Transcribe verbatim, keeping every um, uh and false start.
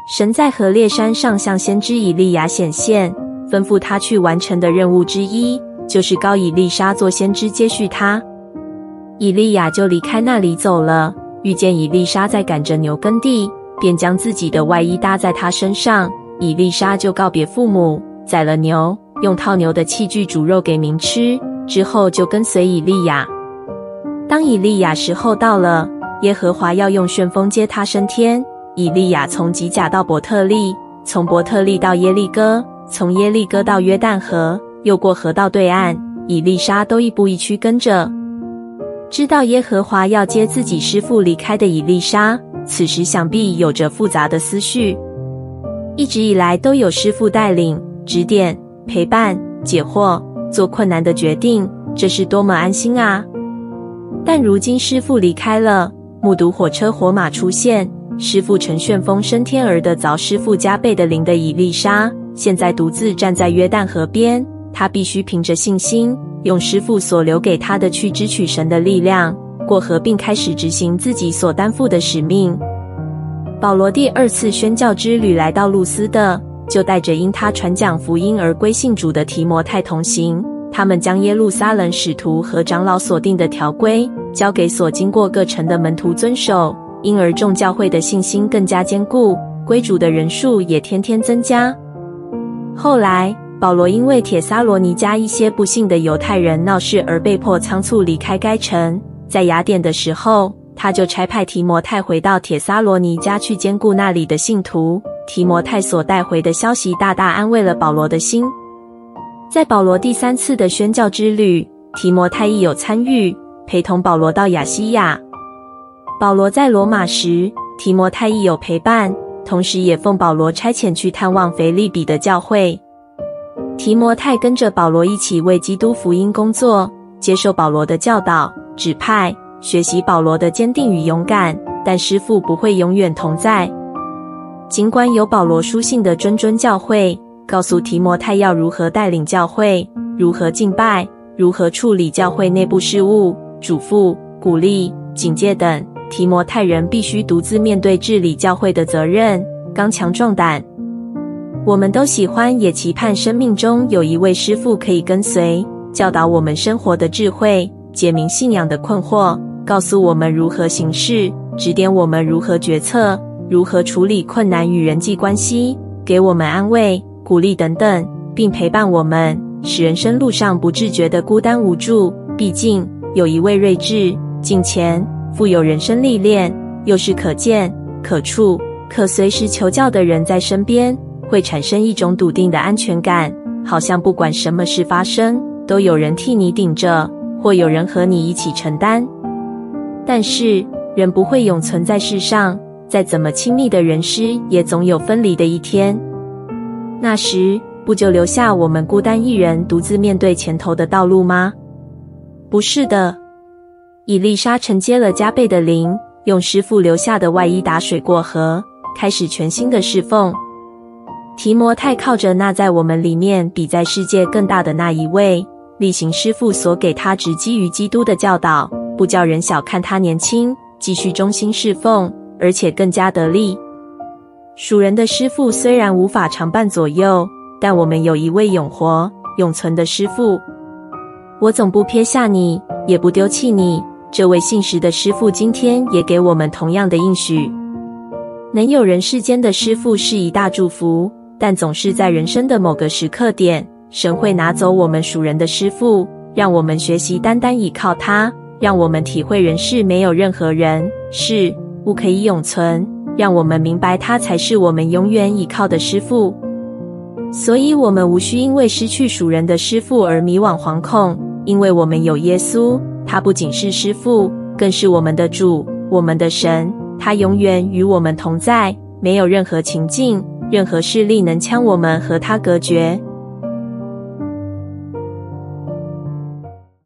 神在何烈山上向先知以利亚显现，吩咐他去完成的任务之一，就是膏以利沙做先知接续他。以利亚就离开那里走了，遇见以利沙在赶着牛耕地，便将自己的外衣搭在他身上。以利沙就告别父母，宰了牛，用套牛的器具煮肉给民吃，之后就跟随以利亚。当以利亚时候到了，耶和华要用旋风接他升天。以利亚从吉甲到伯特利，从伯特利到耶利哥，从耶利哥到约旦河，又过河到对岸，以利沙都一步一趋跟着。知道耶和华要接自己师父离开的以利沙，此时想必有着复杂的思绪。一直以来都有师父带领、指点、陪伴、解惑，做困难的决定，这是多么安心啊！但如今师父离开了，目睹火车火马出现，师父乘旋风升天而得着师父加倍的灵的以利沙，现在独自站在约旦河边，他必须凭着信心，用师父所留给他的去支取神的力量，过河并开始执行自己所担负的使命。保罗第二次宣教之旅来到路斯的，就带着因他传讲福音而归信主的提摩太同行。他们将耶路撒冷使徒和长老所定的条规交给所经过各城的门徒遵守，因而众教会的信心更加坚固，归主的人数也天天增加。后来保罗因为帖撒罗尼迦一些不信的犹太人闹事而被迫仓促离开该城，在雅典的时候，他就差派提摩太回到帖撒罗尼迦去兼顾那里的信徒。提摩太所带回的消息大大安慰了保罗的心。在保罗第三次的宣教之旅，提摩太亦有参与，陪同保罗到亚西亚。保罗在罗马时，提摩太亦有陪伴，同时也奉保罗差遣去探望腓立比的教会。提摩太跟着保罗一起为基督福音工作，接受保罗的教导、指派，学习保罗的坚定与勇敢，但师父不会永远同在。尽管有保罗书信的谆谆教诲，告诉提摩太要如何带领教会，如何敬拜，如何处理教会内部事务，嘱咐、鼓励、警戒等，提摩太人必须独自面对治理教会的责任，刚强壮胆。我们都喜欢也期盼生命中有一位师父可以跟随，教导我们生活的智慧，解明信仰的困惑，告诉我们如何行事，指点我们如何决策，如何处理困难与人际关系，给我们安慰、鼓励等等，并陪伴我们，使人生路上不自觉的孤单无助。毕竟有一位睿智、敬虔、富有人生历练，又是可见、可触、可随时求教的人在身边，会产生一种笃定的安全感，好像不管什么事发生，都有人替你顶着，或有人和你一起承担。但是人不会永存在世上，再怎么亲密的人师，也总有分离的一天。那时不就留下我们孤单一人，独自面对前头的道路吗？不是的，以利沙承接了加倍的灵，用师父留下的外衣打水过河，开始全新的侍奉。提摩太靠着那在我们里面比在世界更大的那一位，力行师父所给他直基于基督的教导，不叫人小看他年轻，继续忠心侍奉，而且更加得力。属人的师父虽然无法常伴左右，但我们有一位永活、永存的师父。我总不撇下你，也不丢弃你，这位信实的师父今天也给我们同样的应许。能有人世间的师父是一大祝福，但总是在人生的某个时刻点，神会拿走我们属人的师父，让我们学习单单倚靠他，让我们体会人世没有任何人、事、物可以永存，让我们明白他才是我们永远倚靠的师父。所以我们无需因为失去属人的师父而迷惘惶恐，因为我们有耶稣，他不仅是师父，更是我们的主，我们的神，他永远与我们同在，没有任何情境、任何势力能将我们和他隔绝。